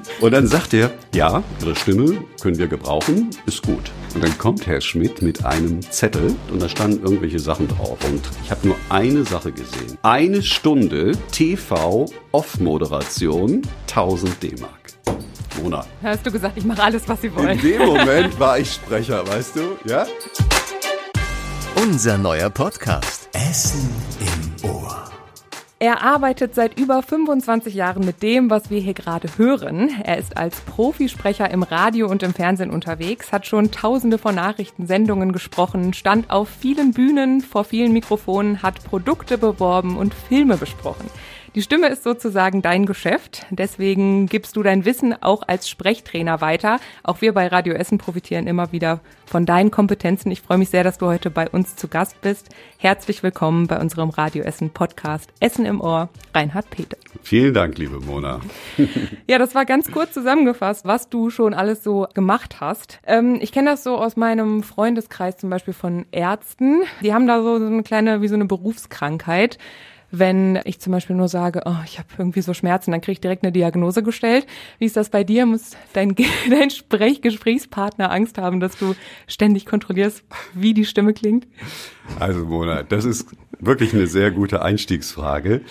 Und dann sagt er, ja, Ihre Stimme können wir gebrauchen, ist gut. Und dann kommt Herr Schmidt mit einem Zettel und da standen irgendwelche Sachen drauf. Und ich habe nur eine Sache gesehen. 1 Stunde TV-Off-Moderation, 1000 D-Mark. Mona. Hast du gesagt, ich mache alles, was Sie wollen. In dem Moment war ich Sprecher, weißt du, ja? Unser neuer Podcast. Essen im Ohr. Er arbeitet seit über 25 Jahren mit dem, was wir hier gerade hören. Er ist als Profisprecher im Radio und im Fernsehen unterwegs, hat schon tausende von Nachrichtensendungen gesprochen, stand auf vielen Bühnen, vor vielen Mikrofonen, hat Produkte beworben und Filme besprochen. Die Stimme ist sozusagen dein Geschäft, deswegen gibst du dein Wissen auch als Sprechtrainer weiter. Auch wir bei Radio Essen profitieren immer wieder von deinen Kompetenzen. Ich freue mich sehr, dass du heute bei uns zu Gast bist. Herzlich willkommen bei unserem Radio Essen Podcast Essen im Ohr, Reinhard Pethe. Vielen Dank, liebe Mona. Ja, das war ganz kurz zusammengefasst, was du schon alles so gemacht hast. Ich kenne das so aus meinem Freundeskreis zum Beispiel von Ärzten. Die haben da so eine kleine, wie so eine Berufskrankheit. Wenn ich zum Beispiel nur sage, oh, ich habe irgendwie so Schmerzen, dann kriege ich direkt eine Diagnose gestellt. Wie ist das bei dir? Muss dein Gesprächspartner Angst haben, dass du ständig kontrollierst, wie die Stimme klingt? Also Mona, das ist wirklich eine sehr gute Einstiegsfrage.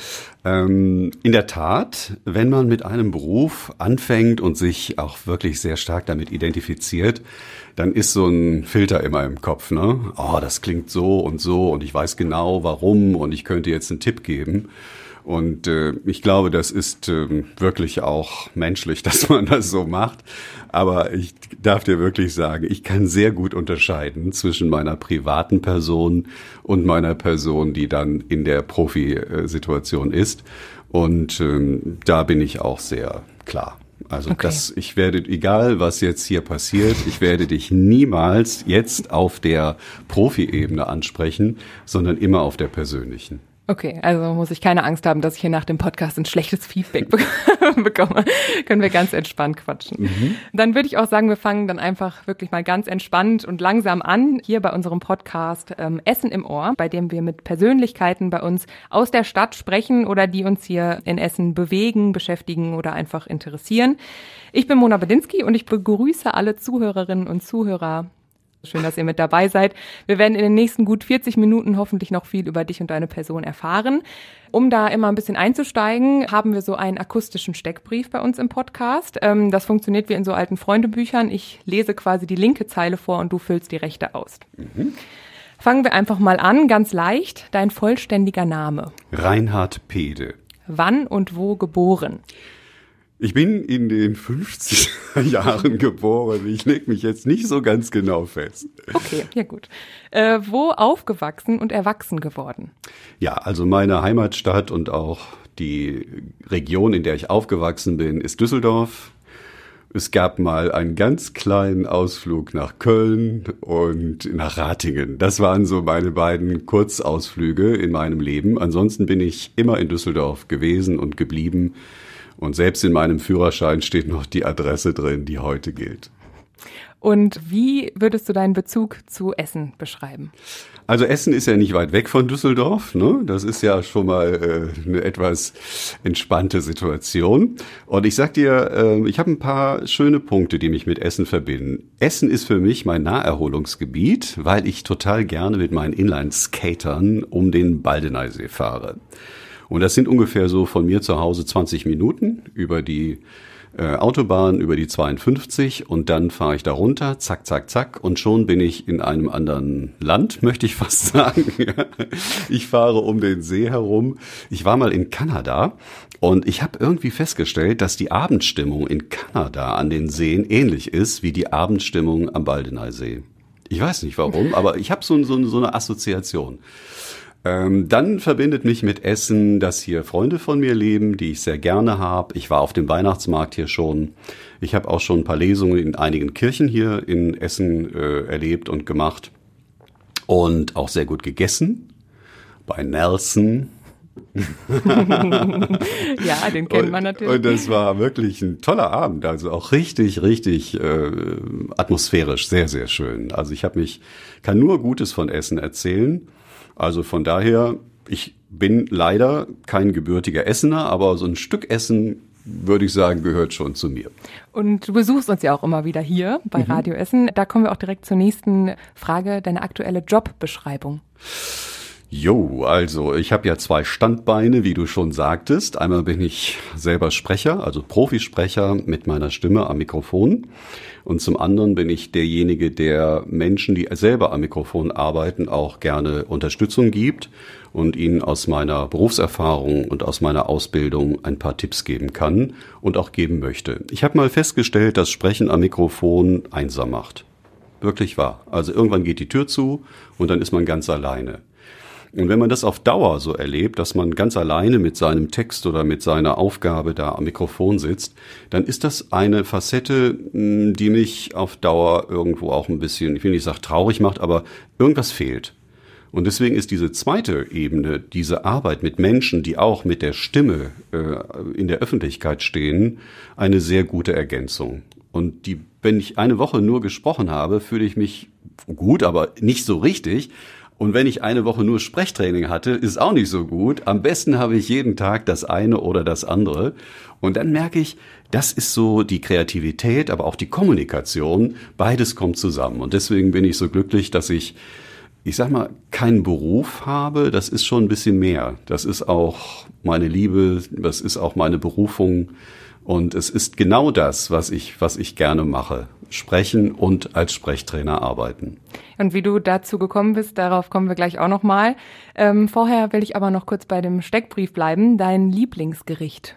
In der Tat, wenn man mit einem Beruf anfängt und sich auch wirklich sehr stark damit identifiziert, dann ist so ein Filter immer im Kopf, ne? Oh, das klingt so und ich weiß genau warum und ich könnte jetzt einen Tipp geben. Und ich glaube, das ist wirklich auch menschlich, dass man das so macht. Aber ich darf dir wirklich sagen, ich kann sehr gut unterscheiden zwischen meiner privaten Person und meiner Person, die dann in der Profi-Situation ist. Und da bin ich auch sehr klar. Also okay. Ich werde, egal was jetzt hier passiert, ich werde dich niemals jetzt auf der Profi-Ebene ansprechen, sondern immer auf der persönlichen. Okay, also muss ich keine Angst haben, dass ich hier nach dem Podcast ein schlechtes Feedback bekomme. Können wir ganz entspannt quatschen. Mhm. Dann würde ich auch sagen, wir fangen dann einfach wirklich mal ganz entspannt und langsam an, hier bei unserem Podcast Essen im Ohr, bei dem wir mit Persönlichkeiten bei uns aus der Stadt sprechen oder die uns hier in Essen bewegen, beschäftigen oder einfach interessieren. Ich bin Mona Bedinsky und ich begrüße alle Zuhörerinnen und Zuhörer. Schön, dass ihr mit dabei seid. Wir werden in den nächsten gut 40 Minuten hoffentlich noch viel über dich und deine Person erfahren. Um da immer ein bisschen einzusteigen, haben wir so einen akustischen Steckbrief bei uns im Podcast. Das funktioniert wie in so alten Freundebüchern. Ich lese quasi die linke Zeile vor und du füllst die rechte aus. Mhm. Fangen wir einfach mal an, ganz leicht. Dein vollständiger Name? Reinhard Pethe. Wann und wo geboren? Ich bin in den 50er Jahren geboren. Ich lege mich jetzt nicht so ganz genau fest. Okay, ja gut. Wo aufgewachsen und erwachsen geworden? Ja, also meine Heimatstadt und auch die Region, in der ich aufgewachsen bin, ist Düsseldorf. Es gab mal einen ganz kleinen Ausflug nach Köln und nach Ratingen. Das waren so meine beiden Kurzausflüge in meinem Leben. Ansonsten bin ich immer in Düsseldorf gewesen und geblieben. Und selbst in meinem Führerschein steht noch die Adresse drin, die heute gilt. Und wie würdest du deinen Bezug zu Essen beschreiben? Also Essen ist ja nicht weit weg von Düsseldorf, ne? Das ist ja schon mal eine etwas entspannte Situation. Und ich sag dir, ich habe ein paar schöne Punkte, die mich mit Essen verbinden. Essen ist für mich mein Naherholungsgebiet, weil ich total gerne mit meinen Inline-Skatern um den Baldeneysee fahre. Und das sind ungefähr so von mir zu Hause 20 Minuten über die Autobahn, über die 52 und dann fahre ich da runter, zack, zack, zack und schon bin ich in einem anderen Land, möchte ich fast sagen. Ich fahre um den See herum. Ich war mal in Kanada und ich habe irgendwie festgestellt, dass die Abendstimmung in Kanada an den Seen ähnlich ist wie die Abendstimmung am Baldeneysee. Ich weiß nicht warum, aber ich habe so eine Assoziation. Dann verbindet mich mit Essen, dass hier Freunde von mir leben, die ich sehr gerne habe. Ich war auf dem Weihnachtsmarkt hier schon. Ich habe auch schon ein paar Lesungen in einigen Kirchen hier in Essen erlebt und gemacht. Und auch sehr gut gegessen. Bei Nelson. Ja, den kennt man natürlich. Und das war wirklich ein toller Abend. Also auch richtig, richtig atmosphärisch. Sehr, sehr schön. Also kann nur Gutes von Essen erzählen. Also von daher, ich bin leider kein gebürtiger Essener, aber so ein Stück Essen würde ich sagen, gehört schon zu mir. Und du besuchst uns ja auch immer wieder hier bei Radio Essen. Da kommen wir auch direkt zur nächsten Frage, deine aktuelle Jobbeschreibung. Jo, also ich habe ja 2 Standbeine, wie du schon sagtest. Einmal bin ich selber Sprecher, also Profisprecher mit meiner Stimme am Mikrofon. Und zum anderen bin ich derjenige, der Menschen, die selber am Mikrofon arbeiten, auch gerne Unterstützung gibt und ihnen aus meiner Berufserfahrung und aus meiner Ausbildung ein paar Tipps geben kann und auch geben möchte. Ich habe mal festgestellt, dass Sprechen am Mikrofon einsam macht. Wirklich wahr. Also irgendwann geht die Tür zu und dann ist man ganz alleine. Und wenn man das auf Dauer so erlebt, dass man ganz alleine mit seinem Text oder mit seiner Aufgabe da am Mikrofon sitzt, dann ist das eine Facette, die mich auf Dauer irgendwo auch ein bisschen, ich will nicht sagen traurig macht, aber irgendwas fehlt. Und deswegen ist diese zweite Ebene, diese Arbeit mit Menschen, die auch mit der Stimme in der Öffentlichkeit stehen, eine sehr gute Ergänzung. Und wenn ich eine Woche nur gesprochen habe, fühle ich mich gut, aber nicht so richtig. Und wenn ich eine Woche nur Sprechtraining hatte, ist auch nicht so gut. Am besten habe ich jeden Tag das eine oder das andere. Und dann merke ich, das ist so die Kreativität, aber auch die Kommunikation. Beides kommt zusammen. Und deswegen bin ich so glücklich, dass ich sag mal, keinen Beruf habe. Das ist schon ein bisschen mehr. Das ist auch meine Liebe, das ist auch meine Berufung. Und es ist genau das, was ich gerne mache. Sprechen und als Sprechtrainer arbeiten. Und wie du dazu gekommen bist, darauf kommen wir gleich auch nochmal. Vorher will ich aber noch kurz bei dem Steckbrief bleiben. Dein Lieblingsgericht?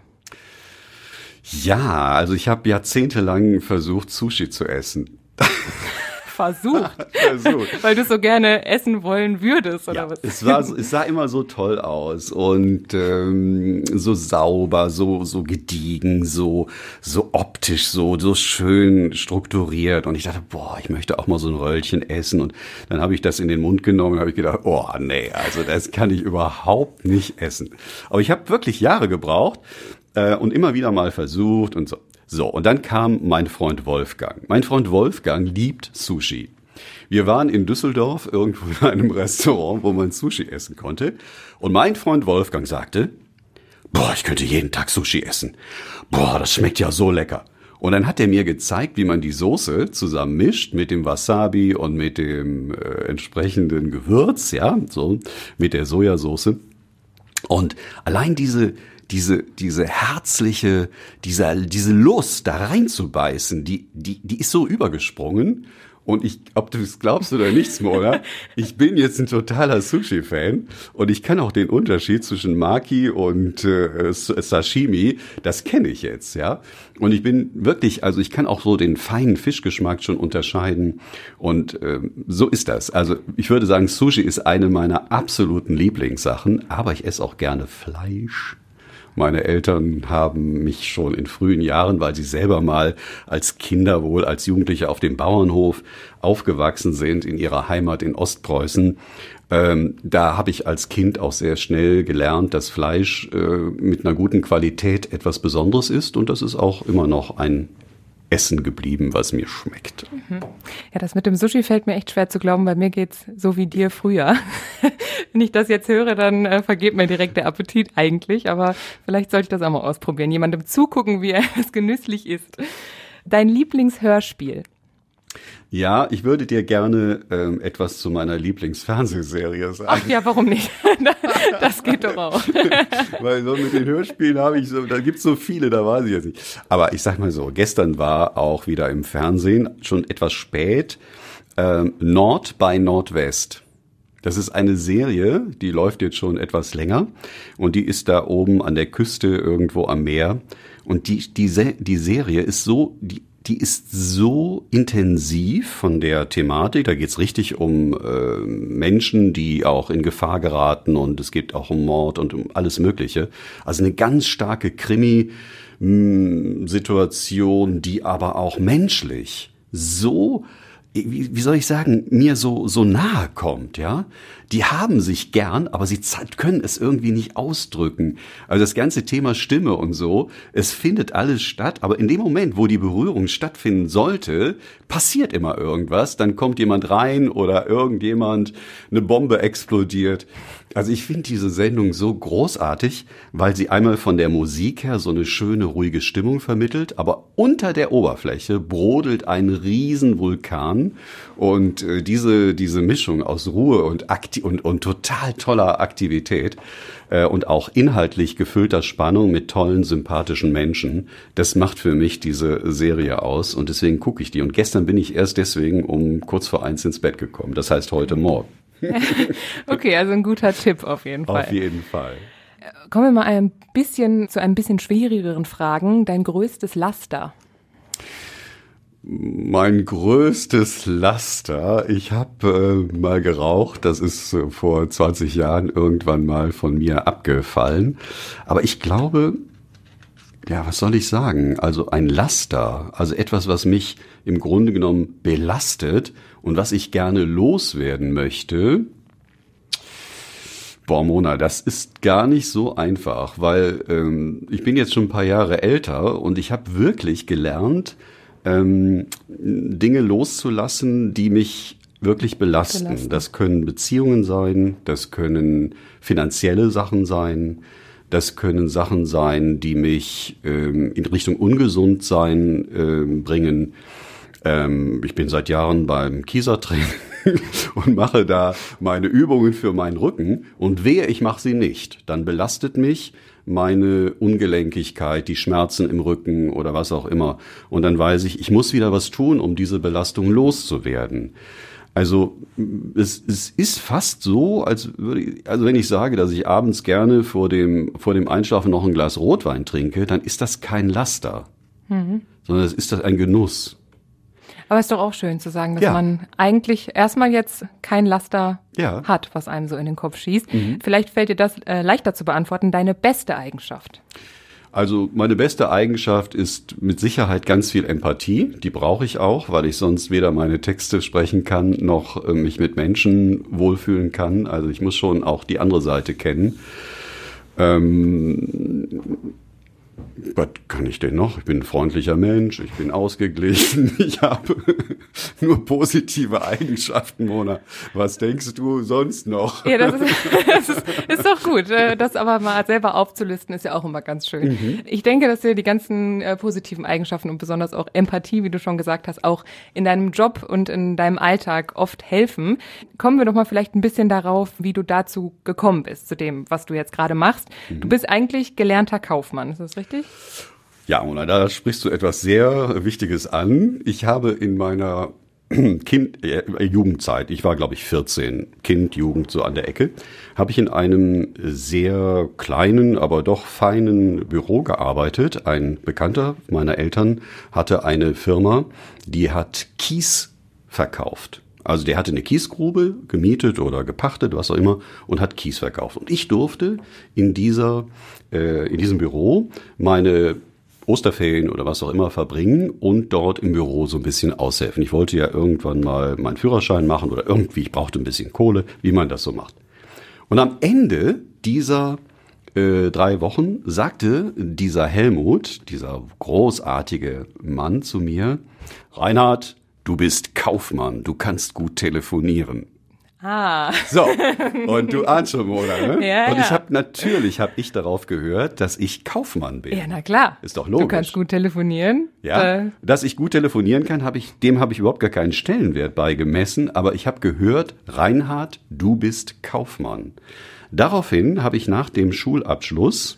Ja, also ich habe jahrzehntelang versucht, Sushi zu essen. Versucht. Weil du so gerne essen wollen würdest, oder was? Es sah immer so toll aus und so sauber, so gediegen, so optisch, so schön strukturiert. Und ich dachte, ich möchte auch mal so ein Röllchen essen. Und dann habe ich das in den Mund genommen und habe ich gedacht, nee, also das kann ich überhaupt nicht essen. Aber ich habe wirklich Jahre gebraucht und immer wieder mal versucht und so. So, und dann kam mein Freund Wolfgang. Mein Freund Wolfgang liebt Sushi. Wir waren in Düsseldorf irgendwo in einem Restaurant, wo man Sushi essen konnte. Und mein Freund Wolfgang sagte, ich könnte jeden Tag Sushi essen. Das schmeckt ja so lecker. Und dann hat er mir gezeigt, wie man die Soße zusammen mischt mit dem Wasabi und mit dem entsprechenden Gewürz, ja, so mit der Sojasauce. Und allein diese herzliche, diese Lust da reinzubeißen, die ist so übergesprungen. Und ob du es glaubst oder nicht, Smola, ich bin jetzt ein totaler Sushi-Fan und ich kann auch den Unterschied zwischen Maki und Sashimi, das kenne ich jetzt, ja. Und ich bin wirklich, also ich kann auch so den feinen Fischgeschmack schon unterscheiden und so ist das. Also ich würde sagen, Sushi ist eine meiner absoluten Lieblingssachen, aber ich esse auch gerne Fleisch. Meine Eltern haben mich schon in frühen Jahren, weil sie selber mal als Kinder wohl, als Jugendliche auf dem Bauernhof aufgewachsen sind in ihrer Heimat in Ostpreußen. Da habe ich als Kind auch sehr schnell gelernt, dass Fleisch mit einer guten Qualität etwas Besonderes ist. Und das ist auch immer noch ein Essen geblieben, was mir schmeckt. Ja, das mit dem Sushi fällt mir echt schwer zu glauben. Bei mir geht's so wie dir früher. Wenn ich das jetzt höre, dann vergeht mir direkt der Appetit eigentlich. Aber vielleicht sollte ich das auch mal ausprobieren. Jemandem zugucken, wie er es genüsslich isst. Dein Lieblingshörspiel? Ja, ich würde dir gerne etwas zu meiner Lieblingsfernsehserie sagen. Ach ja, warum nicht? Das geht doch auch. Weil so mit den Hörspielen da gibt's so viele, da weiß ich jetzt nicht. Aber ich sag mal so, gestern war auch wieder im Fernsehen, schon etwas spät, Nord bei Nordwest. Das ist eine Serie, die läuft jetzt schon etwas länger und die ist da oben an der Küste irgendwo am Meer. Und die Serie ist so, die ist so intensiv von der Thematik, da geht's richtig um Menschen, die auch in Gefahr geraten und es geht auch um Mord und um alles Mögliche. Also eine ganz starke Krimi-Situation, die aber auch menschlich so wie soll ich sagen, mir so nahe kommt, ja. Die haben sich gern, aber sie können es irgendwie nicht ausdrücken. Also das ganze Thema Stimme und so, es findet alles statt, aber in dem Moment, wo die Berührung stattfinden sollte, passiert immer irgendwas. Dann kommt jemand rein oder irgendjemand, eine Bombe explodiert. Also ich finde diese Sendung so großartig, weil sie einmal von der Musik her so eine schöne, ruhige Stimmung vermittelt, aber unter der Oberfläche brodelt ein Riesenvulkan und diese Mischung aus Ruhe und total toller Aktivität und auch inhaltlich gefüllter Spannung mit tollen, sympathischen Menschen, das macht für mich diese Serie aus und deswegen gucke ich die. Und gestern bin ich erst deswegen um kurz vor 1 ins Bett gekommen, das heißt heute Morgen. Okay, also ein guter Tipp auf jeden Fall. Auf jeden Fall. Kommen wir mal zu ein bisschen schwierigeren Fragen. Dein größtes Laster? Mein größtes Laster, ich habe mal geraucht, das ist vor 20 Jahren irgendwann mal von mir abgefallen. Aber ich glaube, ja, was soll ich sagen? Also ein Laster, also etwas, was mich im Grunde genommen belastet und was ich gerne loswerden möchte. Boah, Mona, das ist gar nicht so einfach, weil ich bin jetzt schon ein paar Jahre älter und ich habe wirklich gelernt, Dinge loszulassen, die mich wirklich belasten. Das können Beziehungen sein, das können finanzielle Sachen sein, das können Sachen sein, die mich in Richtung Ungesundsein bringen. Ich bin seit Jahren beim Kiesertraining und mache da meine Übungen für meinen Rücken und wehe, ich mache sie nicht. Dann belastet mich meine Ungelenkigkeit, die Schmerzen im Rücken oder was auch immer. Und dann weiß ich, ich muss wieder was tun, um diese Belastung loszuwerden. Also es ist fast so, also wenn ich sage, dass ich abends gerne vor dem Einschlafen noch ein Glas Rotwein trinke, dann ist das kein Laster, sondern es ist das ein Genuss. Aber ist doch auch schön zu sagen, dass man eigentlich erstmal jetzt kein Laster hat, was einem so in den Kopf schießt. Vielleicht fällt dir das leichter zu beantworten, deine beste Eigenschaft. Also meine beste Eigenschaft ist mit Sicherheit ganz viel Empathie. Die brauche ich auch, weil ich sonst weder meine Texte sprechen kann, noch mich mit Menschen wohlfühlen kann. Also ich muss schon auch die andere Seite kennen. Was kann ich denn noch? Ich bin ein freundlicher Mensch, ich bin ausgeglichen, ich habe nur positive Eigenschaften, Mona. Was denkst du sonst noch? Ja, das ist doch gut. Das aber mal selber aufzulisten, ist ja auch immer ganz schön. Ich denke, dass dir die ganzen positiven Eigenschaften und besonders auch Empathie, wie du schon gesagt hast, auch in deinem Job und in deinem Alltag oft helfen. Kommen wir doch mal vielleicht ein bisschen darauf, wie du dazu gekommen bist, zu dem, was du jetzt gerade machst. Du bist eigentlich gelernter Kaufmann, ist das richtig? Ja, Mona, da sprichst du etwas sehr Wichtiges an. Ich habe in meiner Jugendzeit, ich war glaube ich 14, Jugend so an der Ecke, habe ich in einem sehr kleinen, aber doch feinen Büro gearbeitet. Ein Bekannter meiner Eltern hatte eine Firma, die hat Kies verkauft. Also der hatte eine Kiesgrube gemietet oder gepachtet, was auch immer, und hat Kies verkauft. Und ich durfte in diesem Büro meine Osterferien oder was auch immer verbringen und dort im Büro so ein bisschen aushelfen. Ich wollte ja irgendwann mal meinen Führerschein machen oder irgendwie, ich brauchte ein bisschen Kohle, wie man das so macht. Und am Ende dieser 3 Wochen sagte dieser Helmut, dieser großartige Mann zu mir: Reinhard, du bist Kaufmann, du kannst gut telefonieren. Ah. So, und du ahnst schon, Mona, ne? Ja, und ich habe ich darauf gehört, dass ich Kaufmann bin. Ja, na klar. Ist doch logisch. Du kannst gut telefonieren. Ja, dass ich gut telefonieren kann, dem habe ich überhaupt gar keinen Stellenwert beigemessen, aber ich habe gehört, Reinhard, du bist Kaufmann. Daraufhin habe ich nach dem Schulabschluss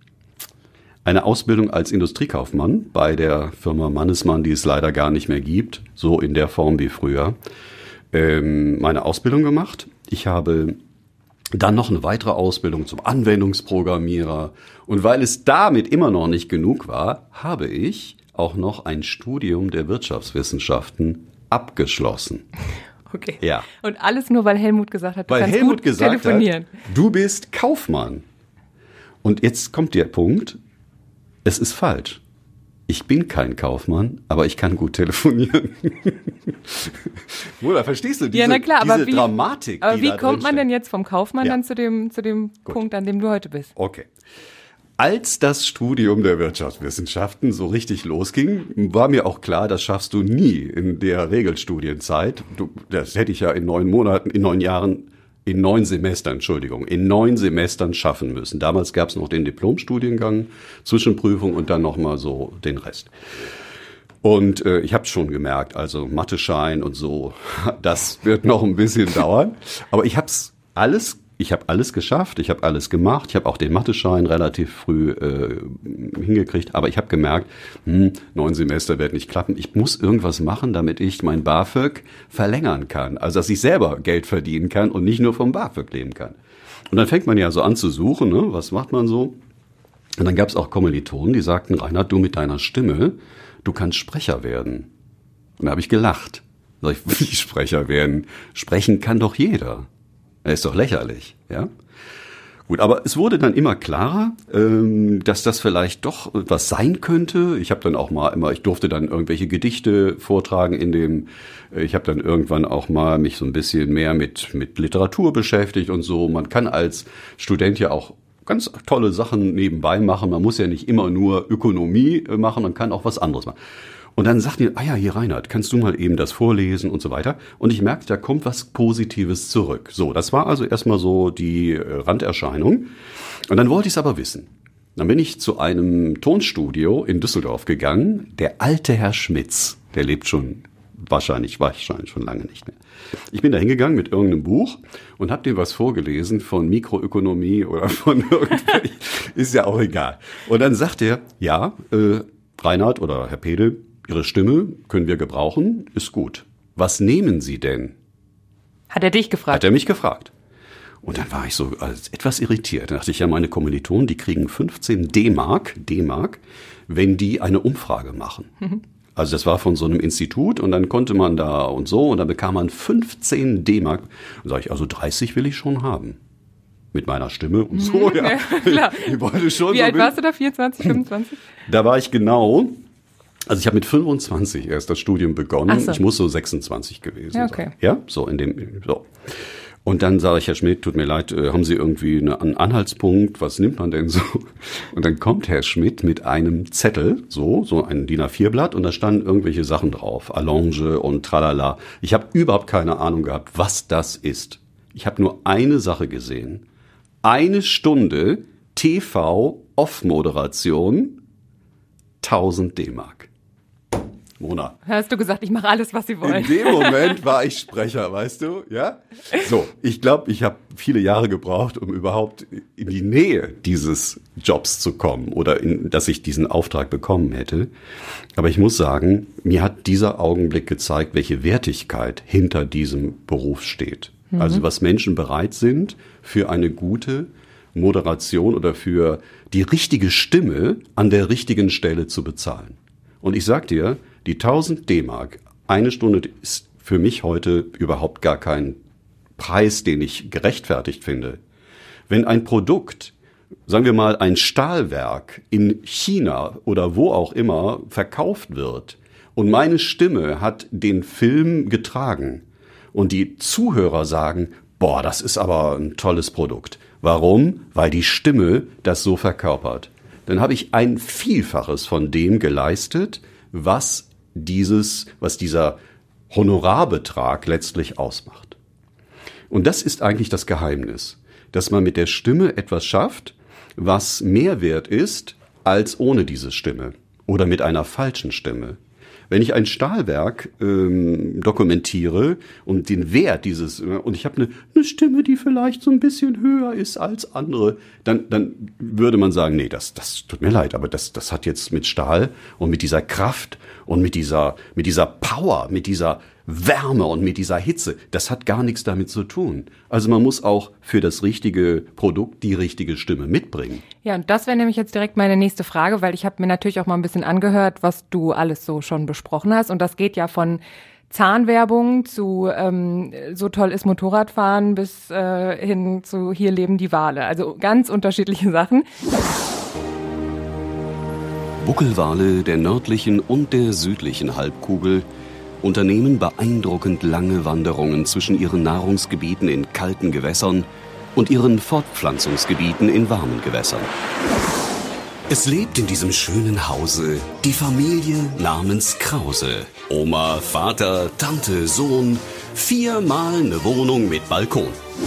eine Ausbildung als Industriekaufmann bei der Firma Mannesmann, die es leider gar nicht mehr gibt, so in der Form wie früher, meine Ausbildung gemacht. Ich habe dann noch eine weitere Ausbildung zum Anwendungsprogrammierer. Und weil es damit immer noch nicht genug war, habe ich auch noch ein Studium der Wirtschaftswissenschaften abgeschlossen. Okay. Ja. Und alles nur, weil Helmut gesagt hat, du weil kannst Helmut gut gesagt telefonieren. Hat, du bist Kaufmann. Und jetzt kommt der Punkt, es ist falsch. Ich bin kein Kaufmann, aber ich kann gut telefonieren. Bruder, verstehst du diese, ja, na klar, diese aber Dramatik? Aber die wie da kommt man drinsteckt? denn jetzt vom Kaufmann dann zu dem Punkt, an dem du heute bist? Okay. Als das Studium der Wirtschaftswissenschaften so richtig losging, war mir auch klar, das schaffst du nie in der Regelstudienzeit. Das hätte ich ja in 9 Semestern schaffen müssen. Damals gab es noch den Diplomstudiengang, Zwischenprüfung und dann nochmal so den Rest. Und ich habe schon gemerkt, also Mathe-Schein und so, das wird noch ein bisschen dauern. Aber ich habe alles geschafft, ich habe alles gemacht, ich habe auch den Mathe-Schein relativ früh hingekriegt, aber ich habe gemerkt, 9 Semester wird nicht klappen. Ich muss irgendwas machen, damit ich mein BAföG verlängern kann. Also dass ich selber Geld verdienen kann und nicht nur vom BAföG leben kann. Und dann fängt man ja so an zu suchen, ne? Was macht man so? Und dann gab es auch Kommilitonen, die sagten, Reinhard, du mit deiner Stimme, du kannst Sprecher werden. Und da habe ich gelacht. Da sag ich, wie Sprecher werden? Sprechen kann doch jeder. Das ist doch lächerlich, ja? Gut, aber es wurde dann immer klarer, dass das vielleicht doch was sein könnte. Ich habe dann auch ich durfte dann irgendwelche Gedichte vortragen ich habe dann irgendwann auch mal mich so ein bisschen mehr mit Literatur beschäftigt und so. Man kann als Student ja auch ganz tolle Sachen nebenbei machen. Man muss ja nicht immer nur Ökonomie machen, man kann auch was anderes machen. Und dann sagt ihr, hier Reinhard, kannst du mal eben das vorlesen und so weiter. Und ich merkte, da kommt was Positives zurück. So, das war also erstmal so die Randerscheinung. Und dann wollte ich es aber wissen. Dann bin ich zu einem Tonstudio in Düsseldorf gegangen. Der alte Herr Schmitz, der lebt wahrscheinlich schon lange nicht mehr. Ich bin da hingegangen mit irgendeinem Buch und habe dem was vorgelesen von Mikroökonomie oder von irgendwelchen, ist ja auch egal. Und dann sagt er, Reinhard oder Herr Pedel, Ihre Stimme können wir gebrauchen, ist gut. Was nehmen Sie denn? Hat er dich gefragt? Hat er mich gefragt. Und dann war ich so etwas irritiert. Dann dachte ich, meine Kommilitonen, die kriegen 15 D-Mark, wenn die eine Umfrage machen. Also das war von so einem Institut und dann konnte man da und dann bekam man 15 D-Mark. Und sage ich, also 30 will ich schon haben. Mit meiner Stimme und so, ja. Klar. Ich wollte schon Wie alt warst du da? 24, 25? Da war ich ich habe mit 25 erst das Studium begonnen. So. Ich muss so 26 gewesen ja, okay. sein. Ja, so. Und dann sage ich, Herr Schmidt, tut mir leid, haben Sie irgendwie einen Anhaltspunkt? Was nimmt man denn so? Und dann kommt Herr Schmidt mit einem Zettel, so ein DIN A4-Blatt, und da standen irgendwelche Sachen drauf, Allonge und tralala. Ich habe überhaupt keine Ahnung gehabt, was das ist. Ich habe nur eine Sache gesehen. 1 Stunde TV-Off-Moderation, 1000 D-Mark. Mona. Hast du gesagt, ich mache alles, was Sie wollen. In dem Moment war ich Sprecher, weißt du, ja? So, ich glaube, ich habe viele Jahre gebraucht, um überhaupt in die Nähe dieses Jobs zu kommen oder dass ich diesen Auftrag bekommen hätte. Aber ich muss sagen, mir hat dieser Augenblick gezeigt, welche Wertigkeit hinter diesem Beruf steht. Also was Menschen bereit sind, für eine gute Moderation oder für die richtige Stimme an der richtigen Stelle zu bezahlen. Und ich sag dir, die 1000 D-Mark, 1 Stunde ist für mich heute überhaupt gar kein Preis, den ich gerechtfertigt finde. Wenn ein Produkt, sagen wir mal ein Stahlwerk in China oder wo auch immer verkauft wird und meine Stimme hat den Film getragen und die Zuhörer sagen, boah, das ist aber ein tolles Produkt. Warum? Weil die Stimme das so verkörpert. Dann habe ich ein Vielfaches von dem geleistet, was dieser Honorarbetrag letztlich ausmacht. Und das ist eigentlich das Geheimnis, dass man mit der Stimme etwas schafft, was mehr wert ist als ohne diese Stimme oder mit einer falschen Stimme. Wenn ich ein Stahlwerk dokumentiere und den Wert und ich habe eine Stimme, die vielleicht so ein bisschen höher ist als andere, dann würde man sagen, nee, das tut mir leid, aber das hat jetzt mit Stahl und mit dieser Kraft und mit dieser Power, mit dieser Wärme und mit dieser Hitze, das hat gar nichts damit zu tun. Also man muss auch für das richtige Produkt die richtige Stimme mitbringen. Ja, und das wäre nämlich jetzt direkt meine nächste Frage, weil ich habe mir natürlich auch mal ein bisschen angehört, was du alles so schon besprochen hast. Und das geht ja von Zahnwerbung zu so toll ist Motorradfahren bis hin zu hier leben die Wale. Also ganz unterschiedliche Sachen. Buckelwale der nördlichen und der südlichen Halbkugel unternehmen beeindruckend lange Wanderungen zwischen ihren Nahrungsgebieten in kalten Gewässern und ihren Fortpflanzungsgebieten in warmen Gewässern. Es lebt in diesem schönen Hause die Familie namens Krause. Oma, Vater, Tante, Sohn, 4-mal eine Wohnung mit Balkon.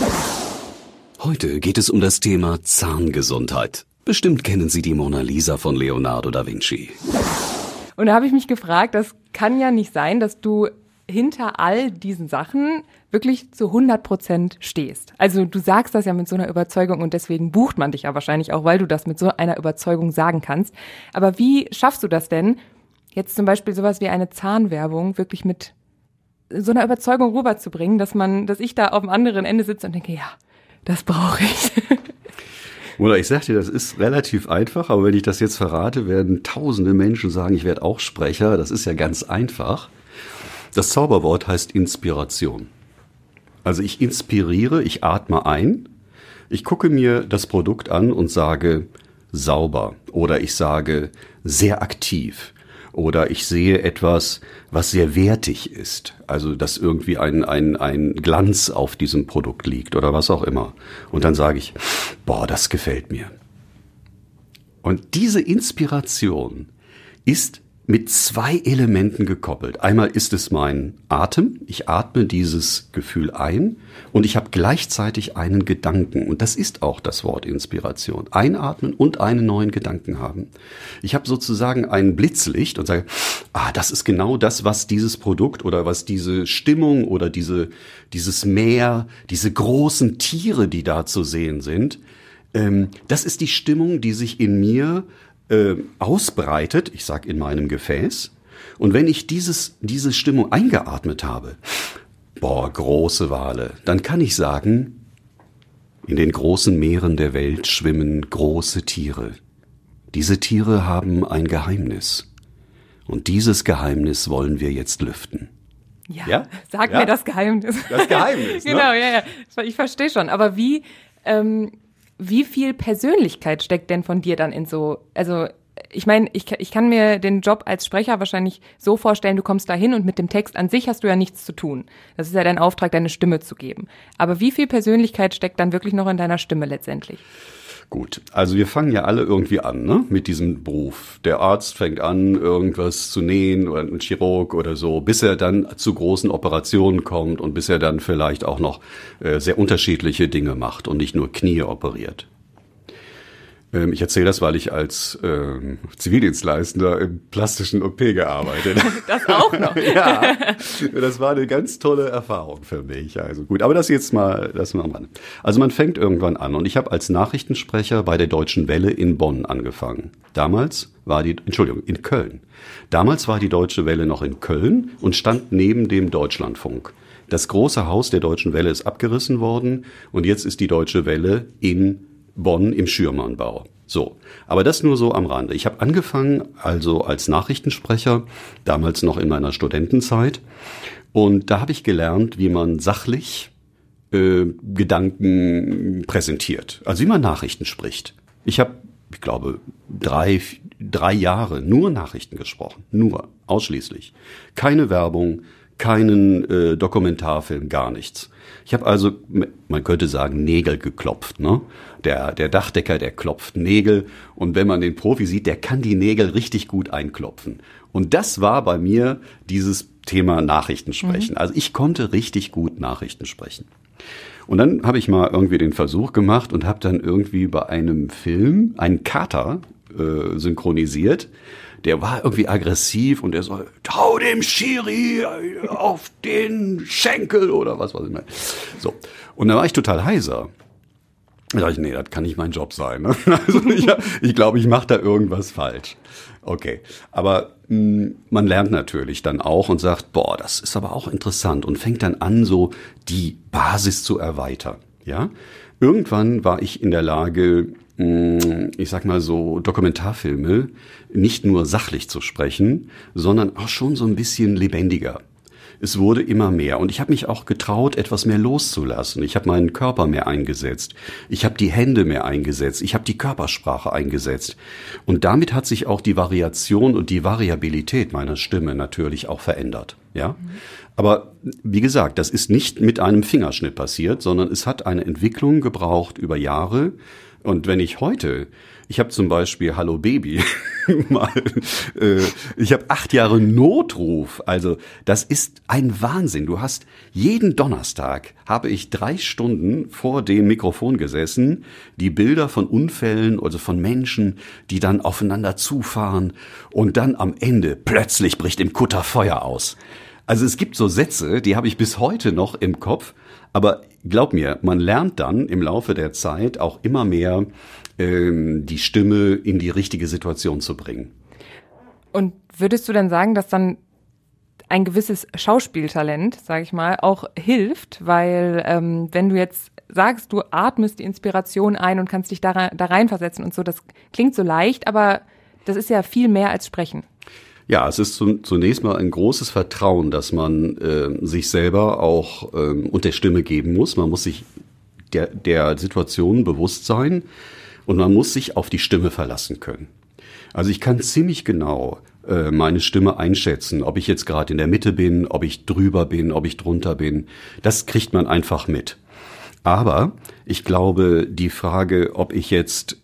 Heute geht es um das Thema Zahngesundheit. Bestimmt kennen Sie die Mona Lisa von Leonardo da Vinci. Und da habe ich mich gefragt, das kann ja nicht sein, dass du hinter all diesen Sachen wirklich zu 100% stehst. Also du sagst das ja mit so einer Überzeugung und deswegen bucht man dich ja wahrscheinlich auch, weil du das mit so einer Überzeugung sagen kannst. Aber wie schaffst du das denn, jetzt zum Beispiel sowas wie eine Zahnwerbung wirklich mit so einer Überzeugung rüberzubringen, dass ich da auf dem anderen Ende sitze und denke, ja, das brauche ich. Oder ich sag dir, das ist relativ einfach, aber wenn ich das jetzt verrate, werden tausende Menschen sagen, ich werde auch Sprecher. Das ist ja ganz einfach. Das Zauberwort heißt Inspiration. Also ich inspiriere, ich atme ein, ich gucke mir das Produkt an und sage sauber oder ich sage sehr aktiv oder ich sehe etwas, was sehr wertig ist. Also dass irgendwie ein Glanz auf diesem Produkt liegt oder was auch immer. Und dann sage ich, boah, das gefällt mir. Und diese Inspiration ist mit 2 Elementen gekoppelt. Einmal ist es mein Atem. Ich atme dieses Gefühl ein und ich habe gleichzeitig einen Gedanken. Und das ist auch das Wort Inspiration. Einatmen und einen neuen Gedanken haben. Ich habe sozusagen ein Blitzlicht und sage, das ist genau das, was dieses Produkt oder was diese Stimmung oder dieses Meer, diese großen Tiere, die da zu sehen sind, das ist die Stimmung, die sich in mir ausbreitet, ich sag in meinem Gefäß. Und wenn ich diese Stimmung eingeatmet habe, große Wale, dann kann ich sagen, in den großen Meeren der Welt schwimmen große Tiere. Diese Tiere haben ein Geheimnis. Und dieses Geheimnis wollen wir jetzt lüften. Ja? Sag mir das Geheimnis. Das Geheimnis, ne? Genau, ja. Ich verstehe schon. Aber wie viel Persönlichkeit steckt denn von dir dann in so, also ich meine, ich kann mir den Job als Sprecher wahrscheinlich so vorstellen, du kommst da hin und mit dem Text an sich hast du ja nichts zu tun. Das ist ja dein Auftrag, deine Stimme zu geben. Aber wie viel Persönlichkeit steckt dann wirklich noch in deiner Stimme letztendlich? Gut, also wir fangen ja alle irgendwie an, ne, mit diesem Beruf. Der Arzt fängt an, irgendwas zu nähen oder ein Chirurg oder so, bis er dann zu großen Operationen kommt und bis er dann vielleicht auch noch sehr unterschiedliche Dinge macht und nicht nur Knie operiert. Ich erzähle das, weil ich als Zivildienstleistender im plastischen OP gearbeitet habe. Das auch noch? Ja, das war eine ganz tolle Erfahrung für mich. Also gut, aber das mal am Rande. Also man fängt irgendwann an und ich habe als Nachrichtensprecher bei der Deutschen Welle in Bonn angefangen. In Köln. Damals war die Deutsche Welle noch in Köln und stand neben dem Deutschlandfunk. Das große Haus der Deutschen Welle ist abgerissen worden und jetzt ist die Deutsche Welle in Bonn im Schürmannbau. So, aber das nur so am Rande. Ich habe angefangen also als Nachrichtensprecher, damals noch in meiner Studentenzeit. Und da habe ich gelernt, wie man sachlich Gedanken präsentiert. Also wie man Nachrichten spricht. Ich habe, ich glaube, drei Jahre nur Nachrichten gesprochen. Nur, ausschließlich. Keine Werbung, keinen Dokumentarfilm, gar nichts. Ich habe also, man könnte sagen, Nägel geklopft, ne? Der Dachdecker, der klopft Nägel und wenn man den Profi sieht, der kann die Nägel richtig gut einklopfen. Und das war bei mir dieses Thema Nachrichten sprechen. Also ich konnte richtig gut Nachrichten sprechen. Und dann habe ich mal irgendwie den Versuch gemacht und habe dann irgendwie bei einem Film einen Kater synchronisiert. Der war irgendwie aggressiv und der so, hau dem Schiri auf den Schenkel oder was weiß ich mehr. So. Und dann war ich total heiser. Da dachte ich, nee, das kann nicht mein Job sein. Ne? Also ich glaube, ich mache da irgendwas falsch. Okay, aber man lernt natürlich dann auch und sagt, das ist aber auch interessant und fängt dann an, so die Basis zu erweitern. Ja, irgendwann war ich in der Lage, ich sag mal so, Dokumentarfilme nicht nur sachlich zu sprechen, sondern auch schon so ein bisschen lebendiger. Es wurde immer mehr und ich habe mich auch getraut, etwas mehr loszulassen. Ich habe meinen Körper mehr eingesetzt. Ich habe die Hände mehr eingesetzt. Ich habe die Körpersprache eingesetzt. Und damit hat sich auch die Variation und die Variabilität meiner Stimme natürlich auch verändert. Ja? Aber wie gesagt, das ist nicht mit einem Fingerschnitt passiert, sondern es hat eine Entwicklung gebraucht über Jahre. Und wenn ich heute, ich habe zum Beispiel Hallo Baby ich habe 8 Jahre Notruf, also das ist ein Wahnsinn. Du hast jeden Donnerstag, habe ich 3 Stunden vor dem Mikrofon gesessen, die Bilder von Unfällen, also von Menschen, die dann aufeinander zufahren und dann am Ende plötzlich bricht im Kutter Feuer aus. Also es gibt so Sätze, die habe ich bis heute noch im Kopf, aber glaub mir, man lernt dann im Laufe der Zeit auch immer mehr, die Stimme in die richtige Situation zu bringen. Und würdest du dann sagen, dass dann ein gewisses Schauspieltalent, sage ich mal, auch hilft? Weil wenn du jetzt sagst, du atmest die Inspiration ein und kannst dich da reinversetzen und so, das klingt so leicht, aber das ist ja viel mehr als Sprechen. Ja, es ist zunächst mal ein großes Vertrauen, dass man sich selber auch und der Stimme geben muss. Man muss sich der Situation bewusst sein und man muss sich auf die Stimme verlassen können. Also ich kann ziemlich genau meine Stimme einschätzen, ob ich jetzt gerade in der Mitte bin, ob ich drüber bin, ob ich drunter bin. Das kriegt man einfach mit. Aber ich glaube, die Frage, ob ich jetzt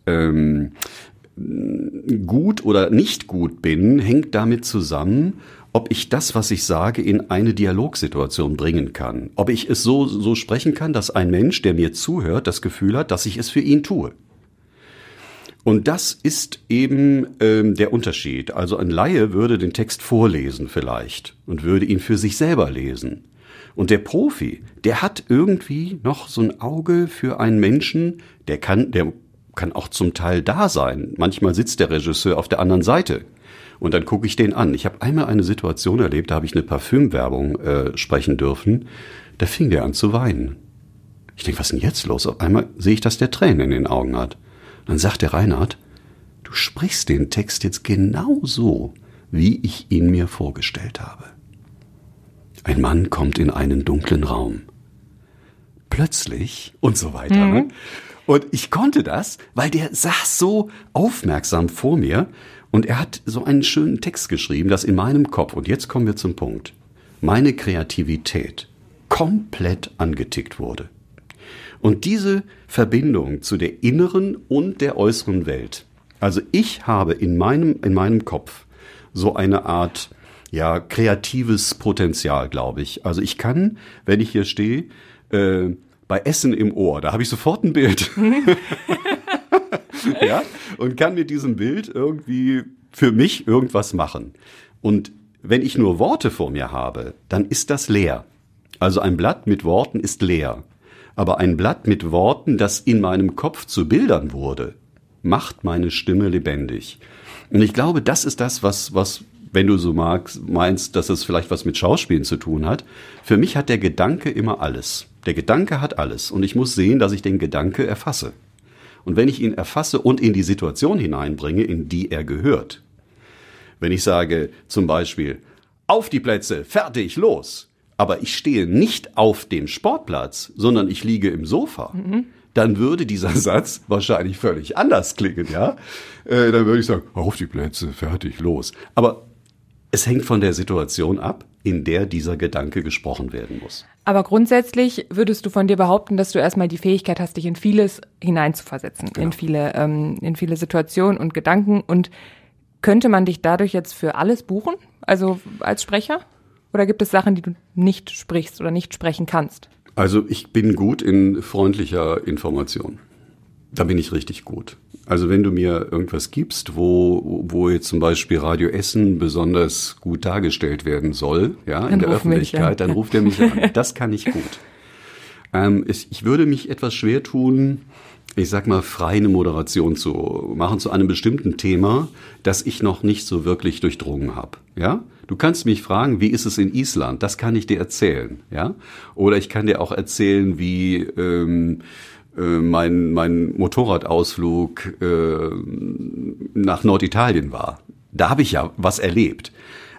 gut oder nicht gut bin, hängt damit zusammen, ob ich das, was ich sage, in eine Dialogsituation bringen kann. Ob ich es so sprechen kann, dass ein Mensch, der mir zuhört, das Gefühl hat, dass ich es für ihn tue. Und das ist eben der Unterschied. Also ein Laie würde den Text vorlesen vielleicht und würde ihn für sich selber lesen. Und der Profi, der hat irgendwie noch so ein Auge für einen Menschen, der kann auch zum Teil da sein. Manchmal sitzt der Regisseur auf der anderen Seite und dann gucke ich den an. Ich habe einmal eine Situation erlebt, da habe ich eine Parfümwerbung sprechen dürfen. Da fing der an zu weinen. Ich denke, was ist denn jetzt los? Auf einmal sehe ich, dass der Tränen in den Augen hat. Dann sagt der Reinhard, du sprichst den Text jetzt genau so, wie ich ihn mir vorgestellt habe. Ein Mann kommt in einen dunklen Raum. Plötzlich und so weiter. Ne? Und ich konnte das, weil der saß so aufmerksam vor mir und er hat so einen schönen Text geschrieben, dass in meinem Kopf, und jetzt kommen wir zum Punkt, meine Kreativität komplett angetickt wurde. Und diese Verbindung zu der inneren und der äußeren Welt, also ich habe in meinem Kopf so eine Art, ja, kreatives Potenzial, glaube ich. Also ich kann, wenn ich hier stehe, bei Essen im Ohr, da habe ich sofort ein Bild. Ja, und kann mit diesem Bild irgendwie für mich irgendwas machen. Und wenn ich nur Worte vor mir habe, dann ist das leer. Also ein Blatt mit Worten ist leer. Aber ein Blatt mit Worten, das in meinem Kopf zu Bildern wurde, macht meine Stimme lebendig. Und ich glaube, das ist das, was, wenn du so meinst, dass es vielleicht was mit Schauspielen zu tun hat. Für mich hat der Gedanke immer alles. Der Gedanke hat alles. Und ich muss sehen, dass ich den Gedanke erfasse. Und wenn ich ihn erfasse und in die Situation hineinbringe, in die er gehört. Wenn ich sage, zum Beispiel, auf die Plätze, fertig, los. Aber ich stehe nicht auf dem Sportplatz, sondern ich liege im Sofa, dann würde dieser Satz wahrscheinlich völlig anders klingen, ja? Dann würde ich sagen, auf die Plätze, fertig, los. Aber es hängt von der Situation ab, in der dieser Gedanke gesprochen werden muss. Aber grundsätzlich würdest du von dir behaupten, dass du erstmal die Fähigkeit hast, dich in vieles hineinzuversetzen, genau. in viele Situationen und Gedanken. Und könnte man dich dadurch jetzt für alles buchen, also als Sprecher? Oder gibt es Sachen, die du nicht sprichst oder nicht sprechen kannst? Also ich bin gut in freundlicher Information. Da bin ich richtig gut. Also wenn du mir irgendwas gibst, wo jetzt zum Beispiel Radio Essen besonders gut dargestellt werden soll, ja, in der Öffentlichkeit, dann ruft er mich an. Das kann ich gut. Ich würde mich etwas schwer tun, ich sag mal, frei eine Moderation zu machen zu einem bestimmten Thema, das ich noch nicht so wirklich durchdrungen habe. Ja? Du kannst mich fragen, wie ist es in Island? Das kann ich dir erzählen. Ja? Oder ich kann dir auch erzählen, wie mein Motorradausflug nach Norditalien war. Da habe ich ja was erlebt.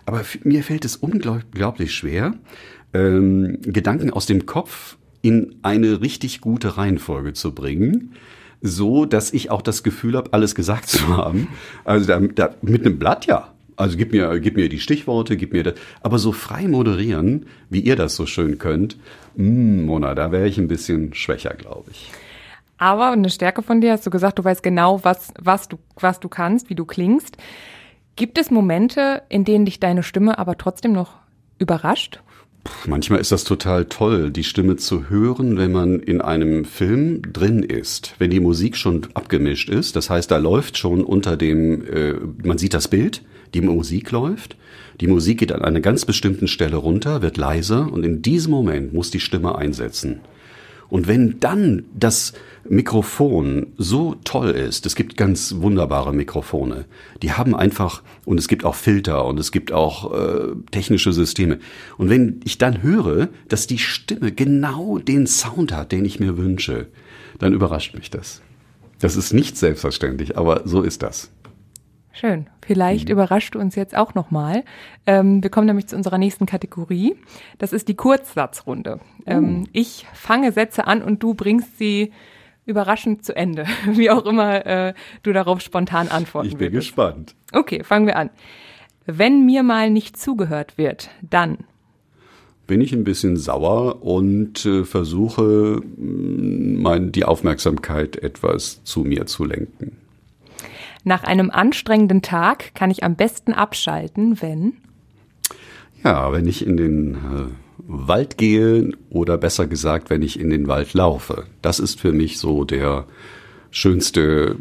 Aber mir fällt es unglaublich schwer, Gedanken aus dem Kopf in eine richtig gute Reihenfolge zu bringen, so dass ich auch das Gefühl habe, alles gesagt zu haben. Also da mit einem Blatt, ja. Also gib mir die Stichworte, gib mir das. Aber so frei moderieren, wie ihr das so schön könnt, Mona, da wäre ich ein bisschen schwächer, glaube ich. Aber eine Stärke von dir, hast du gesagt, du weißt genau, was du kannst, wie du klingst. Gibt es Momente, in denen dich deine Stimme aber trotzdem noch überrascht? Manchmal ist das total toll, die Stimme zu hören, wenn man in einem Film drin ist. Wenn die Musik schon abgemischt ist, das heißt, da läuft schon unter dem, man sieht das Bild, die Musik läuft. Die Musik geht an einer ganz bestimmten Stelle runter, wird leiser und in diesem Moment muss die Stimme einsetzen. Und wenn dann das Mikrofon so toll ist, es gibt ganz wunderbare Mikrofone, die haben einfach, und es gibt auch Filter und es gibt auch technische Systeme. Und wenn ich dann höre, dass die Stimme genau den Sound hat, den ich mir wünsche, dann überrascht mich das. Das ist nicht selbstverständlich, aber so ist das. Schön. Vielleicht überraschst du uns jetzt auch nochmal. Wir kommen nämlich zu unserer nächsten Kategorie. Das ist die Kurzsatzrunde. Ich fange Sätze an und du bringst sie überraschend zu Ende. Wie auch immer du darauf spontan antworten Ich bin würdest. gespannt. Okay, fangen wir an. Wenn mir mal nicht zugehört wird, dann bin ich ein bisschen sauer und versuche, die Aufmerksamkeit etwas zu mir zu lenken. nach einem anstrengenden Tag kann ich am besten abschalten, wenn? Ja, wenn ich in den Wald gehe oder besser gesagt, wenn ich in den Wald laufe. Das ist für mich so der schönste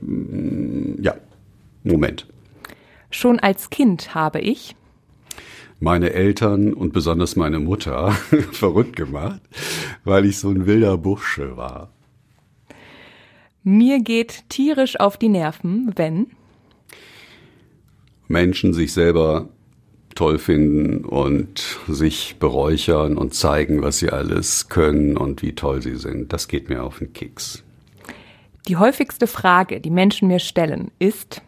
Moment. Schon als Kind habe ich meine Eltern und besonders meine Mutter verrückt gemacht, weil ich so ein wilder Bursche war. Mir geht tierisch auf die Nerven, wenn Menschen sich selber toll finden und sich beräuchern und zeigen, was sie alles können und wie toll sie sind. Das geht mir auf den Keks. Die häufigste Frage, die Menschen mir stellen, ist: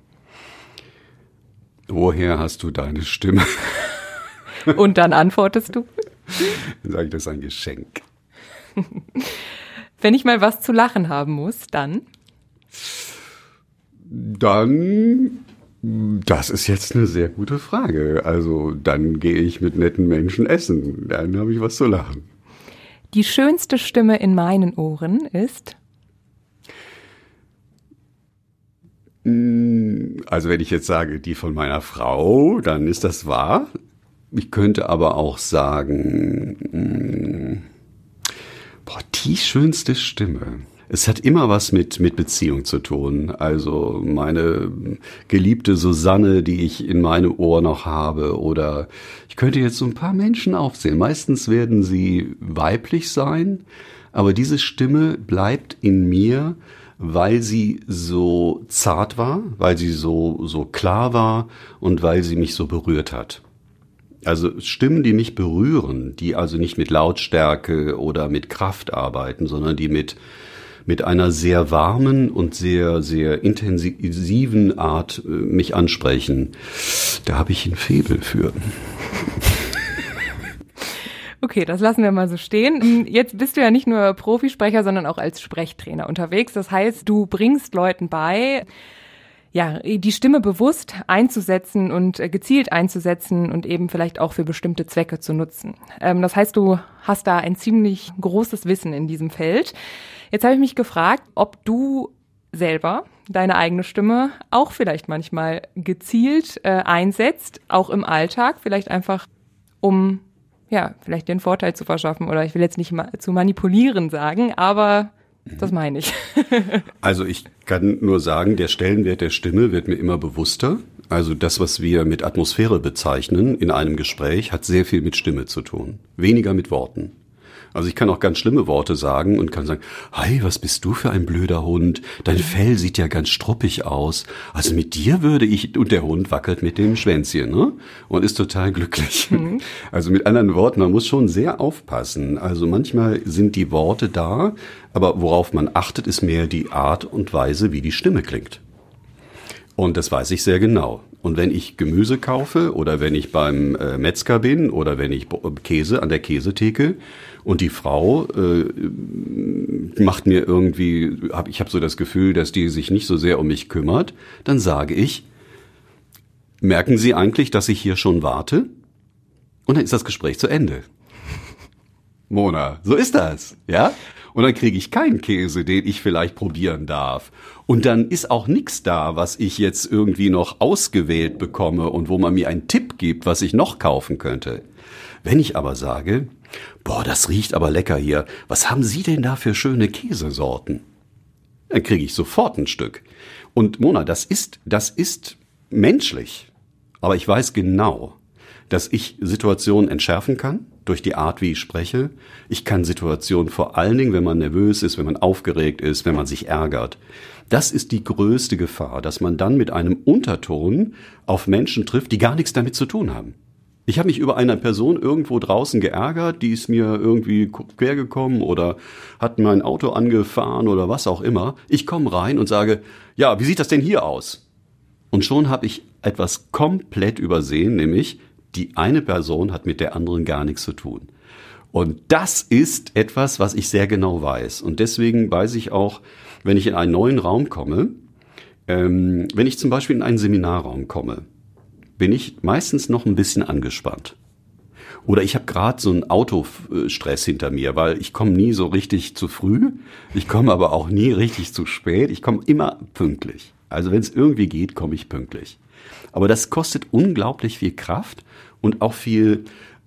Woher hast du deine Stimme? Und dann antwortest du? Dann sage ich, das ist ein Geschenk. Wenn ich mal was zu lachen haben muss, dann? Das ist jetzt eine sehr gute Frage. Also dann gehe ich mit netten Menschen essen. Dann habe ich was zu lachen. Die schönste Stimme in meinen Ohren ist? Also wenn ich jetzt sage, die von meiner Frau, dann ist das wahr. Ich könnte aber auch sagen, die schönste Stimme. Es hat immer was mit Beziehung zu tun. Also meine geliebte Susanne, die ich in meinem Ohr noch habe. Oder ich könnte jetzt so ein paar Menschen aufzählen. Meistens werden sie weiblich sein, aber diese Stimme bleibt in mir, weil sie so zart war, weil sie so klar war und weil sie mich so berührt hat. Also Stimmen, die mich berühren, die also nicht mit Lautstärke oder mit Kraft arbeiten, sondern die mit einer sehr warmen und sehr, sehr intensiven Art mich ansprechen. Da habe ich ein Faible für. Okay, das lassen wir mal so stehen. Jetzt bist du ja nicht nur Profisprecher, sondern auch als Sprechtrainer unterwegs. Das heißt, du bringst Leuten bei, ja, die Stimme bewusst einzusetzen und gezielt einzusetzen und eben vielleicht auch für bestimmte Zwecke zu nutzen. Das heißt, du hast da ein ziemlich großes Wissen in diesem Feld. Jetzt habe ich mich gefragt, ob du selber deine eigene Stimme auch vielleicht manchmal gezielt einsetzt, auch im Alltag, vielleicht einfach um vielleicht den Vorteil zu verschaffen, oder ich will jetzt nicht zu manipulieren sagen, aber das meine ich. Also ich kann nur sagen, der Stellenwert der Stimme wird mir immer bewusster. Also das, was wir mit Atmosphäre bezeichnen in einem Gespräch, hat sehr viel mit Stimme zu tun, weniger mit Worten. Also ich kann auch ganz schlimme Worte sagen und kann sagen, hey, was bist du für ein blöder Hund? Dein Fell sieht ja ganz struppig aus. Also mit dir würde ich, und der Hund wackelt mit dem Schwänzchen, ne? Und ist total glücklich. Mhm. Also mit anderen Worten, man muss schon sehr aufpassen. Also manchmal sind die Worte da, aber worauf man achtet, ist mehr die Art und Weise, wie die Stimme klingt. Und das weiß ich sehr genau. Und wenn ich Gemüse kaufe oder wenn ich beim Metzger bin oder wenn ich Käse an der Käsetheke und die Frau macht mir irgendwie, ich habe so das Gefühl, dass die sich nicht so sehr um mich kümmert, dann sage ich, merken Sie eigentlich, dass ich hier schon warte? Und dann ist das Gespräch zu Ende. Mona, so ist das, ja? Und dann kriege ich keinen Käse, den ich vielleicht probieren darf. Und dann ist auch nichts da, was ich jetzt irgendwie noch ausgewählt bekomme und wo man mir einen Tipp gibt, was ich noch kaufen könnte. Wenn ich aber sage, boah, das riecht aber lecker hier, was haben Sie denn da für schöne Käsesorten? Dann kriege ich sofort ein Stück. Und Mona, das ist menschlich. Aber ich weiß genau, dass ich Situationen entschärfen kann durch die Art, wie ich spreche. Ich kann Situationen vor allen Dingen, wenn man nervös ist, wenn man aufgeregt ist, wenn man sich ärgert. Das ist die größte Gefahr, dass man dann mit einem Unterton auf Menschen trifft, die gar nichts damit zu tun haben. Ich habe mich über eine Person irgendwo draußen geärgert, die ist mir irgendwie quer gekommen oder hat mein Auto angefahren oder was auch immer. Ich komme rein und sage, ja, wie sieht das denn hier aus? Und schon habe ich etwas komplett übersehen, nämlich die eine Person hat mit der anderen gar nichts zu tun. Und das ist etwas, was ich sehr genau weiß. Und deswegen weiß ich auch, wenn ich in einen neuen Raum komme, wenn ich zum Beispiel in einen Seminarraum komme, bin ich meistens noch ein bisschen angespannt. Oder ich habe gerade so einen Autostress hinter mir, weil ich komme nie so richtig zu früh, ich komme aber auch nie richtig zu spät, ich komme immer pünktlich. Also wenn es irgendwie geht, komme ich pünktlich. Aber das kostet unglaublich viel Kraft und auch viel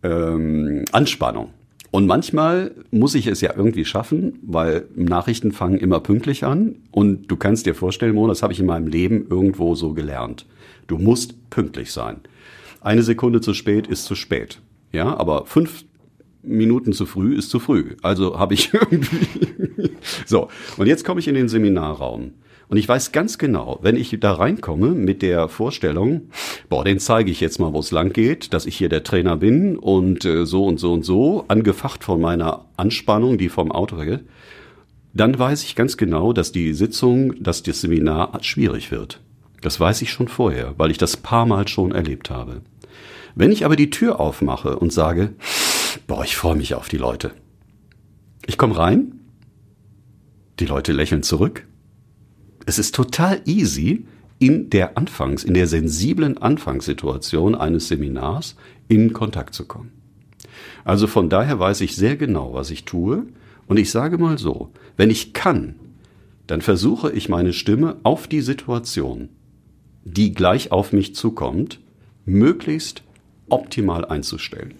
Anspannung. Und manchmal muss ich es ja irgendwie schaffen, weil Nachrichten fangen immer pünktlich an. Und du kannst dir vorstellen, Mona, das habe ich in meinem Leben irgendwo so gelernt. Du musst pünktlich sein. 1 Sekunde zu spät ist zu spät. Ja, aber 5 Minuten zu früh ist zu früh. Also habe ich irgendwie... So, und jetzt komme ich in den Seminarraum. Und ich weiß ganz genau, wenn ich da reinkomme mit der Vorstellung, boah, den zeige ich jetzt mal, wo es lang geht, dass ich hier der Trainer bin und so und so und so, angefacht von meiner Anspannung, die vom Auto geht, dann weiß ich ganz genau, dass die Sitzung, dass das Seminar schwierig wird. Das weiß ich schon vorher, weil ich das paar Mal schon erlebt habe. Wenn ich aber die Tür aufmache und sage, boah, ich freue mich auf die Leute. Ich komme rein, die Leute lächeln zurück. Es ist total easy, in der sensiblen Anfangssituation eines Seminars in Kontakt zu kommen. Also von daher weiß ich sehr genau, was ich tue. Und ich sage mal so, wenn ich kann, dann versuche ich meine Stimme auf die Situation, die gleich auf mich zukommt, möglichst optimal einzustellen.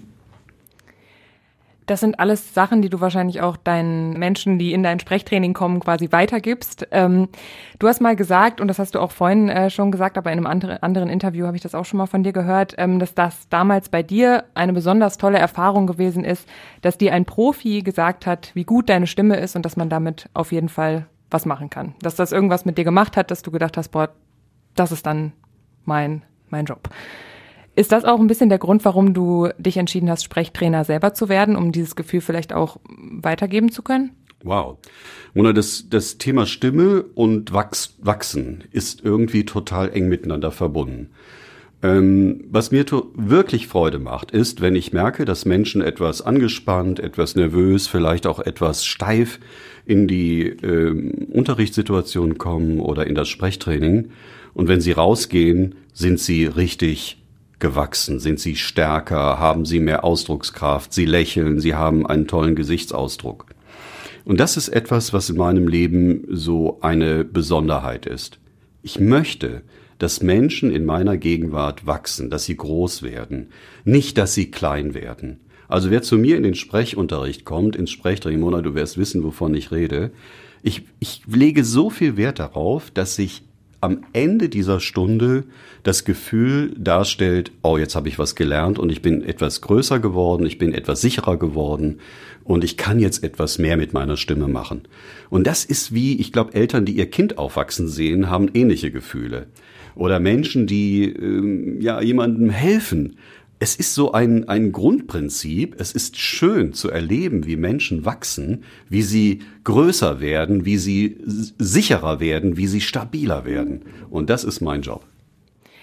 Das sind alles Sachen, die du wahrscheinlich auch deinen Menschen, die in dein Sprechtraining kommen, quasi weitergibst. Du hast mal gesagt, und das hast du auch vorhin schon gesagt, aber in einem anderen Interview habe ich das auch schon mal von dir gehört, dass das damals bei dir eine besonders tolle Erfahrung gewesen ist, dass dir ein Profi gesagt hat, wie gut deine Stimme ist und dass man damit auf jeden Fall was machen kann. Dass das irgendwas mit dir gemacht hat, dass du gedacht hast, boah, das ist dann mein Job. Ist das auch ein bisschen der Grund, warum du dich entschieden hast, Sprechtrainer selber zu werden, um dieses Gefühl vielleicht auch weitergeben zu können? Wow. Mona, das Thema Stimme und Wachsen ist irgendwie total eng miteinander verbunden. Was mir wirklich Freude macht, ist, wenn ich merke, dass Menschen etwas angespannt, etwas nervös, vielleicht auch etwas steif in die Unterrichtssituation kommen oder in das Sprechtraining. Und wenn sie rausgehen, sind sie richtig gewachsen, sind sie stärker, haben sie mehr Ausdruckskraft, sie lächeln, sie haben einen tollen Gesichtsausdruck. Und das ist etwas, was in meinem Leben so eine Besonderheit ist. Ich möchte, dass Menschen in meiner Gegenwart wachsen, dass sie groß werden, nicht, dass sie klein werden. Also wer zu mir in den Sprechunterricht kommt, ins Sprechtraining, Mona, du wirst wissen, wovon ich rede. Ich lege so viel Wert darauf, dass sich am Ende dieser Stunde das Gefühl darstellt, oh, jetzt habe ich was gelernt und ich bin etwas größer geworden, ich bin etwas sicherer geworden und ich kann jetzt etwas mehr mit meiner Stimme machen. Und das ist wie, ich glaube, Eltern, die ihr Kind aufwachsen sehen, haben ähnliche Gefühle. Oder Menschen, die jemandem helfen. Es ist so ein Grundprinzip. Es ist schön zu erleben, wie Menschen wachsen, wie sie größer werden, wie sie sicherer werden, wie sie stabiler werden. Und das ist mein Job.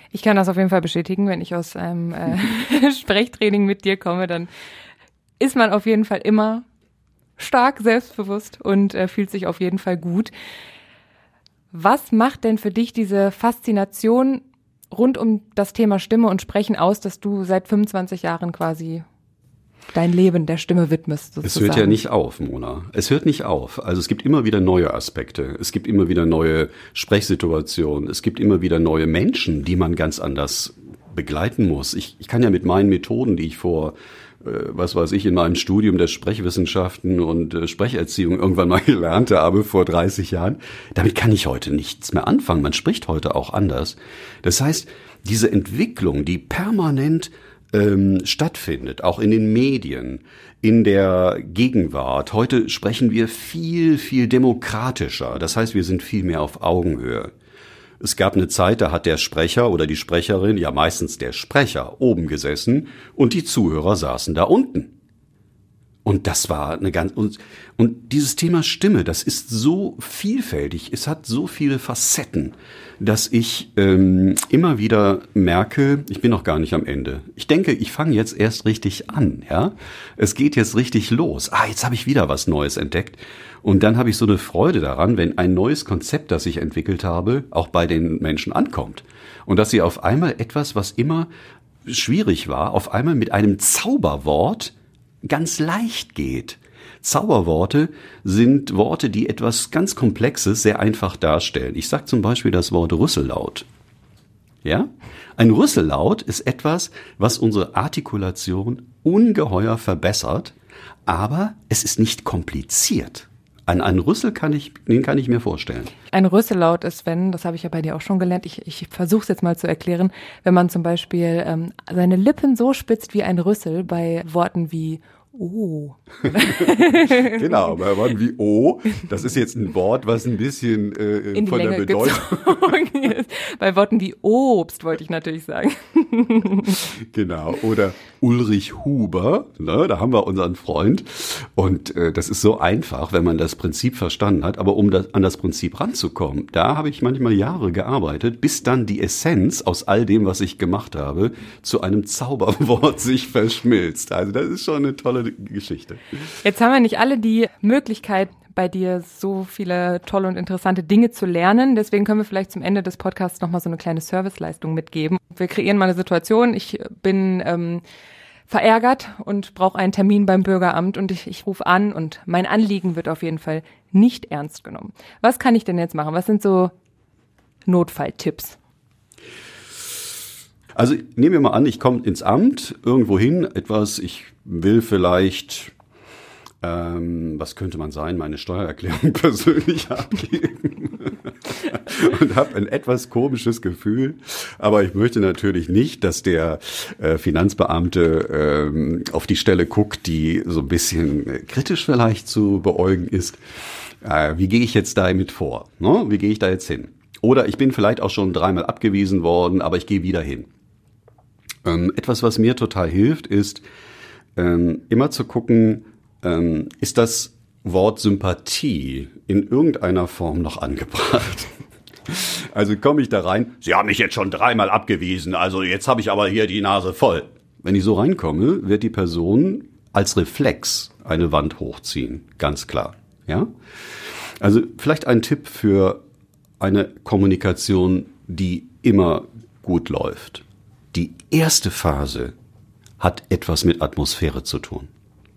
Ich kann das auf jeden Fall bestätigen, wenn ich aus einem Sprechtraining mit dir komme, dann ist man auf jeden Fall immer stark, selbstbewusst und fühlt sich auf jeden Fall gut. Was macht denn für dich diese Faszination rund um das Thema Stimme und Sprechen aus, dass du seit 25 Jahren quasi dein Leben der Stimme widmest, sozusagen? Es hört ja nicht auf, Mona. Es hört nicht auf. Also es gibt immer wieder neue Aspekte. Es gibt immer wieder neue Sprechsituationen. Es gibt immer wieder neue Menschen, die man ganz anders begleiten muss. Ich kann ja mit meinen Methoden, die ich vor, in meinem Studium der Sprechwissenschaften und Sprecherziehung irgendwann mal gelernt habe, vor 30 Jahren, damit kann ich heute nichts mehr anfangen. Man spricht heute auch anders. Das heißt, diese Entwicklung, die permanent stattfindet, auch in den Medien, in der Gegenwart. Heute sprechen wir viel, viel demokratischer. Das heißt, wir sind viel mehr auf Augenhöhe. Es gab eine Zeit, da hat der Sprecher oder die Sprecherin, ja meistens der Sprecher, oben gesessen und die Zuhörer saßen da unten. Und das war eine und dieses Thema Stimme, das ist so vielfältig, es hat so viele Facetten, dass ich immer wieder merke, ich bin noch gar nicht am Ende. Ich denke, ich fange jetzt erst richtig an, ja. Es geht jetzt richtig los. Jetzt habe ich wieder was Neues entdeckt. Und dann habe ich so eine Freude daran, wenn ein neues Konzept, das ich entwickelt habe, auch bei den Menschen ankommt. Und dass sie auf einmal etwas, was immer schwierig war, auf einmal mit einem Zauberwort ganz leicht geht. Zauberworte sind Worte, die etwas ganz Komplexes sehr einfach darstellen. Ich sage zum Beispiel das Wort Rüssellaut. Ja? Ein Rüssellaut ist etwas, was unsere Artikulation ungeheuer verbessert, aber es ist nicht kompliziert. Einen Rüssel kann ich mir vorstellen. Ein Rüssellaut ist, das habe ich ja bei dir auch schon gelernt, ich versuche es jetzt mal zu erklären, wenn man zum Beispiel seine Lippen so spitzt wie ein Rüssel bei Worten wie Oh. Genau, bei Worten wie Oh, das ist jetzt ein Wort, was ein bisschen von der Bedeutung ist. Bei Worten wie Obst wollte ich natürlich sagen. Genau, oder Ulrich Huber, ne, da haben wir unseren Freund. Und das ist so einfach, wenn man das Prinzip verstanden hat. Aber um an das Prinzip ranzukommen, da habe ich manchmal Jahre gearbeitet, bis dann die Essenz aus all dem, was ich gemacht habe, zu einem Zauberwort sich verschmilzt. Also das ist schon eine tolle Geschichte. Jetzt haben wir nicht alle die Möglichkeit, bei dir so viele tolle und interessante Dinge zu lernen. Deswegen können wir vielleicht zum Ende des Podcasts nochmal so eine kleine Serviceleistung mitgeben. Wir kreieren mal eine Situation. Ich bin verärgert und brauche einen Termin beim Bürgeramt und ich rufe an und mein Anliegen wird auf jeden Fall nicht ernst genommen. Was kann ich denn jetzt machen? Was sind so Notfalltipps? Also nehmen wir mal an, ich komme ins Amt, irgendwo hin, ich will vielleicht, was könnte man sein, meine Steuererklärung persönlich abgeben und habe ein etwas komisches Gefühl, aber ich möchte natürlich nicht, dass der Finanzbeamte auf die Stelle guckt, die so ein bisschen kritisch vielleicht zu beäugen ist. Wie gehe ich jetzt damit vor? Ne? Wie gehe ich da jetzt hin? Oder ich bin vielleicht auch schon 3-mal abgewiesen worden, aber ich gehe wieder hin. Etwas, was mir total hilft, ist immer zu gucken, ist das Wort Sympathie in irgendeiner Form noch angebracht? Also komme ich da rein, Sie haben mich jetzt schon 3-mal abgewiesen, also jetzt habe ich aber hier die Nase voll. Wenn ich so reinkomme, wird die Person als Reflex eine Wand hochziehen, ganz klar. Ja? Also vielleicht ein Tipp für eine Kommunikation, die immer gut läuft. Die erste Phase hat etwas mit Atmosphäre zu tun.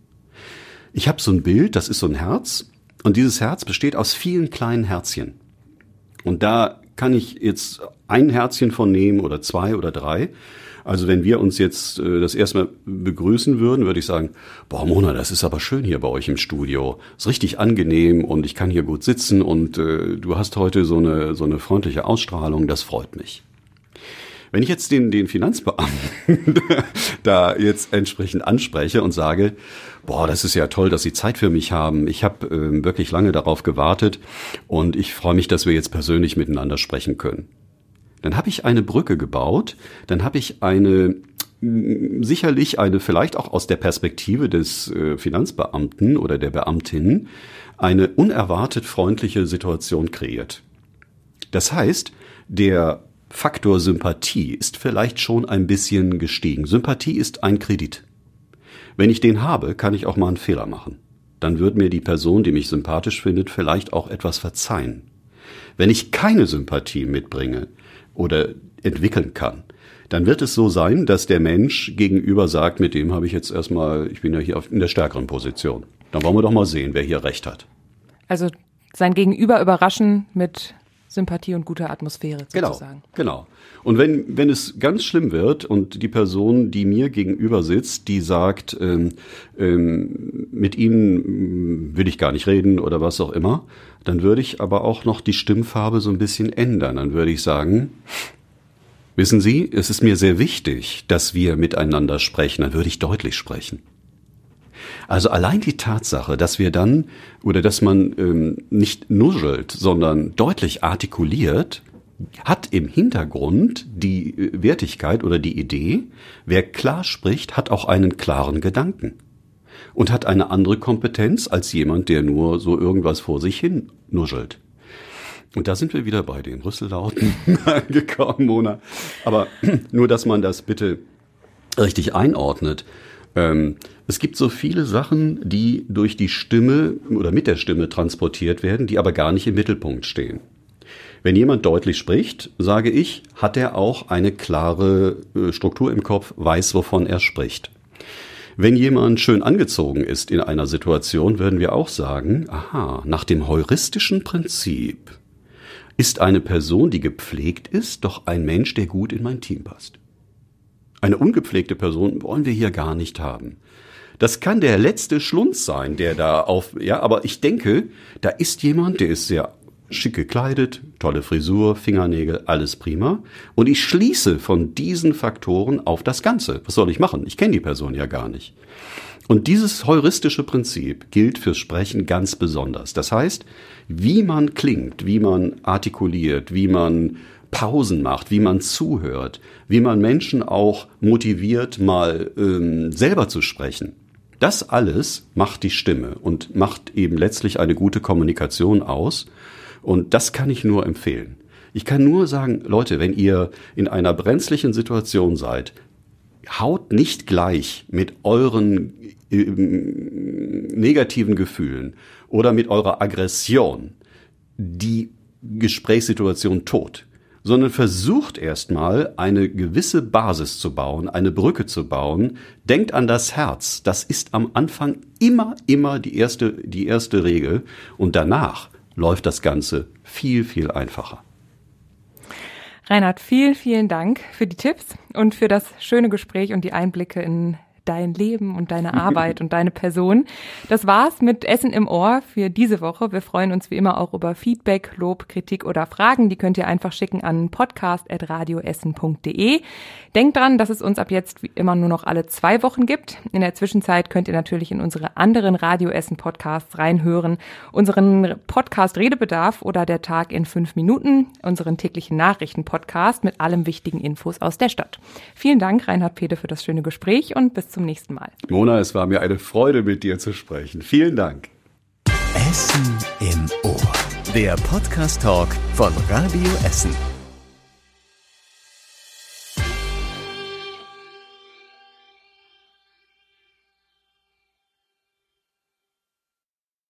Ich habe so ein Bild, das ist so ein Herz und dieses Herz besteht aus vielen kleinen Herzchen. Und da kann ich jetzt ein Herzchen von nehmen oder 2 oder 3. Also wenn wir uns jetzt das erste Mal begrüßen würden, würde ich sagen, boah Mona, das ist aber schön hier bei euch im Studio. Ist richtig angenehm und ich kann hier gut sitzen und du hast heute so eine freundliche Ausstrahlung, das freut mich. Wenn ich jetzt den Finanzbeamten da jetzt entsprechend anspreche und sage, boah, das ist ja toll, dass Sie Zeit für mich haben. Ich habe wirklich lange darauf gewartet und ich freue mich, dass wir jetzt persönlich miteinander sprechen können. Dann habe ich eine Brücke gebaut, dann habe ich sicherlich eine vielleicht auch aus der Perspektive des Finanzbeamten oder der Beamtin eine unerwartet freundliche Situation kreiert. Das heißt, der Faktor Sympathie ist vielleicht schon ein bisschen gestiegen. Sympathie ist ein Kredit. Wenn ich den habe, kann ich auch mal einen Fehler machen. Dann wird mir die Person, die mich sympathisch findet, vielleicht auch etwas verzeihen. Wenn ich keine Sympathie mitbringe oder entwickeln kann, dann wird es so sein, dass der Mensch gegenüber sagt, mit dem habe ich jetzt erstmal, ich bin ja hier in der stärkeren Position. Dann wollen wir doch mal sehen, wer hier recht hat. Also sein Gegenüber überraschen mit Sympathie und guter Atmosphäre sozusagen. Genau. Und wenn es ganz schlimm wird und die Person, die mir gegenüber sitzt, die sagt, mit Ihnen will ich gar nicht reden oder was auch immer, dann würde ich aber auch noch die Stimmfarbe so ein bisschen ändern. Dann würde ich sagen, wissen Sie, es ist mir sehr wichtig, dass wir miteinander sprechen. Dann würde ich deutlich sprechen. Also allein die Tatsache, dass wir dann oder dass man nicht nuschelt, sondern deutlich artikuliert, hat im Hintergrund die Wertigkeit oder die Idee, wer klar spricht, hat auch einen klaren Gedanken und hat eine andere Kompetenz als jemand, der nur so irgendwas vor sich hin nuschelt. Und da sind wir wieder bei den Rüssellauten angekommen, Mona. Aber nur, dass man das bitte richtig einordnet. Es gibt so viele Sachen, die durch die Stimme oder mit der Stimme transportiert werden, die aber gar nicht im Mittelpunkt stehen. Wenn jemand deutlich spricht, sage ich, hat er auch eine klare Struktur im Kopf, weiß, wovon er spricht. Wenn jemand schön angezogen ist in einer Situation, würden wir auch sagen, aha, nach dem heuristischen Prinzip ist eine Person, die gepflegt ist, doch ein Mensch, der gut in mein Team passt. Eine ungepflegte Person wollen wir hier gar nicht haben. Das kann der letzte Schlunz sein, der da aber ich denke, da ist jemand, der ist sehr schick gekleidet, tolle Frisur, Fingernägel, alles prima. Und ich schließe von diesen Faktoren auf das Ganze. Was soll ich machen? Ich kenne die Person ja gar nicht. Und dieses heuristische Prinzip gilt fürs Sprechen ganz besonders. Das heißt, wie man klingt, wie man artikuliert, wie man Pausen macht, wie man zuhört, wie man Menschen auch motiviert, mal selber zu sprechen. Das alles macht die Stimme und macht eben letztlich eine gute Kommunikation aus. Und das kann ich nur empfehlen. Ich kann nur sagen, Leute, wenn ihr in einer brenzlichen Situation seid, haut nicht gleich mit euren negativen Gefühlen oder mit eurer Aggression die Gesprächssituation tot, sondern versucht erstmal eine gewisse Basis zu bauen, eine Brücke zu bauen. Denkt an das Herz. Das ist am Anfang immer die erste Regel und danach läuft das Ganze viel, viel einfacher. Reinhard, vielen, vielen Dank für die Tipps und für das schöne Gespräch und die Einblicke in dein Leben und deine Arbeit und deine Person. Das war's mit Essen im Ohr für diese Woche. Wir freuen uns wie immer auch über Feedback, Lob, Kritik oder Fragen. Die könnt ihr einfach schicken an podcast@radioessen.de. Denkt dran, dass es uns ab jetzt wie immer nur noch alle 2 Wochen gibt. In der Zwischenzeit könnt ihr natürlich in unsere anderen Radio Essen Podcasts reinhören. Unseren Podcast Redebedarf oder der Tag in 5 Minuten, unseren täglichen Nachrichten-Podcast mit allem wichtigen Infos aus der Stadt. Vielen Dank, Reinhard Pede, für das schöne Gespräch und bis zum nächsten Mal. Mona, es war mir eine Freude, mit dir zu sprechen. Vielen Dank. Essen im Ohr. Der Podcast-Talk von Radio Essen.